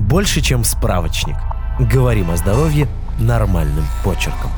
Больше, чем справочник. Говорим о здоровье нормальным почерком.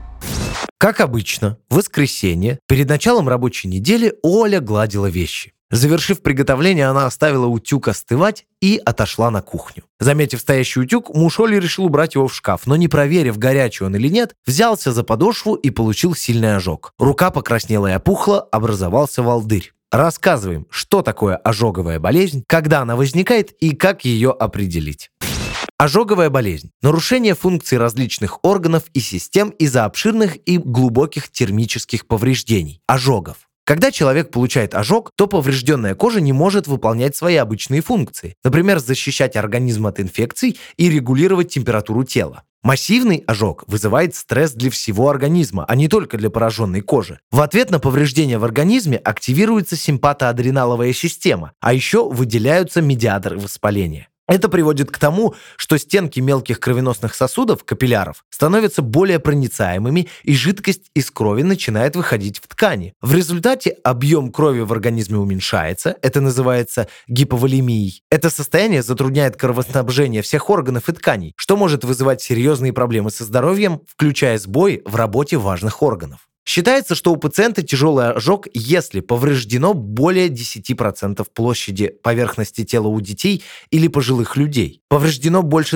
Как обычно, в воскресенье, перед началом рабочей недели, Оля гладила вещи. Завершив приготовление, она оставила утюг остывать и отошла на кухню. Заметив стоящий утюг, муж Оли решил убрать его в шкаф, но не проверив, горячий он или нет, взялся за подошву и получил сильный ожог. Рука покраснела и опухла, образовался волдырь. Рассказываем, что такое ожоговая болезнь, когда она возникает и как ее определить. Ожоговая болезнь – нарушение функций различных органов и систем из-за обширных и глубоких термических повреждений – ожогов. Когда человек получает ожог, то поврежденная кожа не может выполнять свои обычные функции, например, защищать организм от инфекций и регулировать температуру тела. Массивный ожог вызывает стресс для всего организма, а не только для пораженной кожи. В ответ на повреждение в организме активируется симпатоадреналовая система, а еще выделяются медиаторы воспаления. Это приводит к тому, что стенки мелких кровеносных сосудов, капилляров, становятся более проницаемыми, и жидкость из крови начинает выходить в ткани. В результате объем крови в организме уменьшается, это называется гиповолемией. Это состояние затрудняет кровоснабжение всех органов и тканей, что может вызывать серьезные проблемы со здоровьем, включая сбои в работе важных органов. Считается, что у пациента тяжелый ожог, если повреждено более 10% площади поверхности тела у детей или пожилых людей. Повреждено больше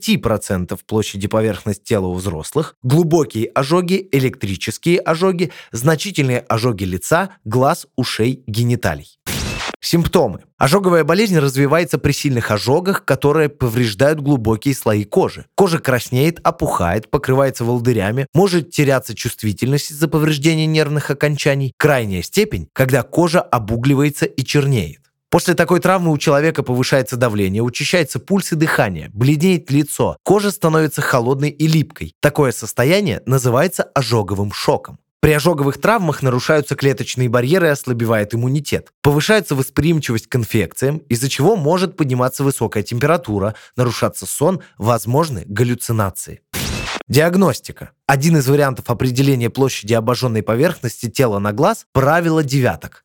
20% площади поверхности тела у взрослых. Глубокие ожоги, электрические ожоги, значительные ожоги лица, глаз, ушей, гениталий. Симптомы. Ожоговая болезнь развивается при сильных ожогах, которые повреждают глубокие слои кожи. Кожа краснеет, опухает, покрывается волдырями, может теряться чувствительность из-за повреждения нервных окончаний. Крайняя степень, когда кожа обугливается и чернеет. После такой травмы у человека повышается давление, учащается пульс и дыхание, бледнеет лицо, кожа становится холодной и липкой. Такое состояние называется ожоговым шоком. При ожоговых травмах нарушаются клеточные барьеры и ослабевает иммунитет. Повышается восприимчивость к инфекциям, из-за чего может подниматься высокая температура, нарушаться сон, возможны галлюцинации. Диагностика. Один из вариантов определения площади обожженной поверхности тела на глаз – правило девяток.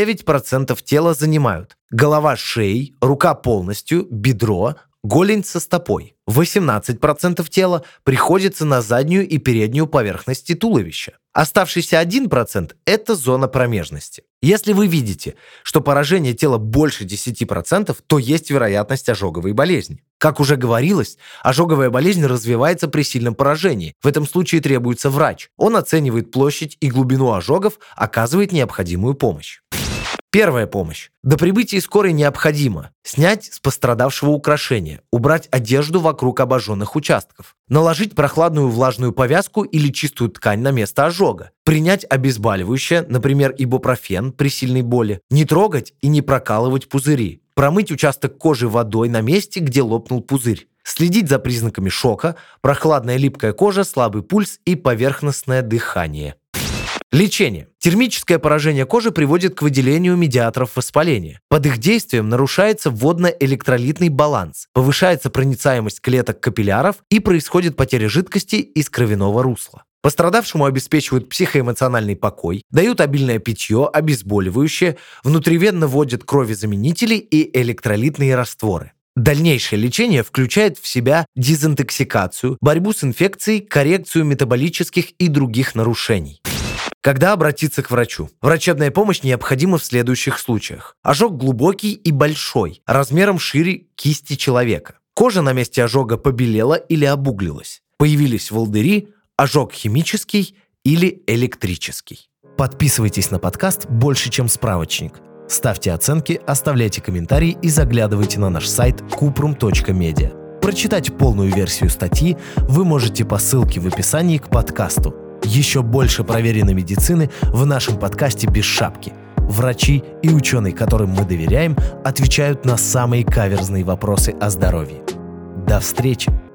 9% тела занимают голова с шеей, рука полностью, бедро, голень со стопой. 18% тела приходится на заднюю и переднюю поверхности туловища. Оставшийся 1% – это зона промежности. Если вы видите, что поражение тела больше 10%, то есть вероятность ожоговой болезни. Как уже говорилось, ожоговая болезнь развивается при сильном поражении. В этом случае требуется врач. Он оценивает площадь и глубину ожогов, оказывает необходимую помощь. Первая помощь. До прибытия скорой необходимо снять с пострадавшего украшения, убрать одежду вокруг обожженных участков, наложить прохладную влажную повязку или чистую ткань на место ожога, принять обезболивающее, например, ибупрофен при сильной боли, не трогать и не прокалывать пузыри, промыть участок кожи водой на месте, где лопнул пузырь, следить за признаками шока, прохладная липкая кожа, слабый пульс и поверхностное дыхание. Лечение. Термическое поражение кожи приводит к выделению медиаторов воспаления. Под их действием нарушается водно-электролитный баланс, повышается проницаемость клеток капилляров и происходит потеря жидкости из кровяного русла. Пострадавшему обеспечивают психоэмоциональный покой, дают обильное питье, обезболивающее, внутривенно вводят кровезаменители и электролитные растворы. Дальнейшее лечение включает в себя дезинтоксикацию, борьбу с инфекцией, коррекцию метаболических и других нарушений. Когда обратиться к врачу? Врачебная помощь необходима в следующих случаях. Ожог глубокий и большой, размером шире кисти человека. Кожа на месте ожога побелела или обуглилась. Появились волдыри, ожог химический или электрический. Подписывайтесь на подкаст «Больше, чем справочник». Ставьте оценки, оставляйте комментарии и заглядывайте на наш сайт kuprum.media. Прочитать полную версию статьи вы можете по ссылке в описании к подкасту. Еще больше проверенной медицины в нашем подкасте «Без шапки». Врачи и ученые, которым мы доверяем, отвечают на самые каверзные вопросы о здоровье. До встречи!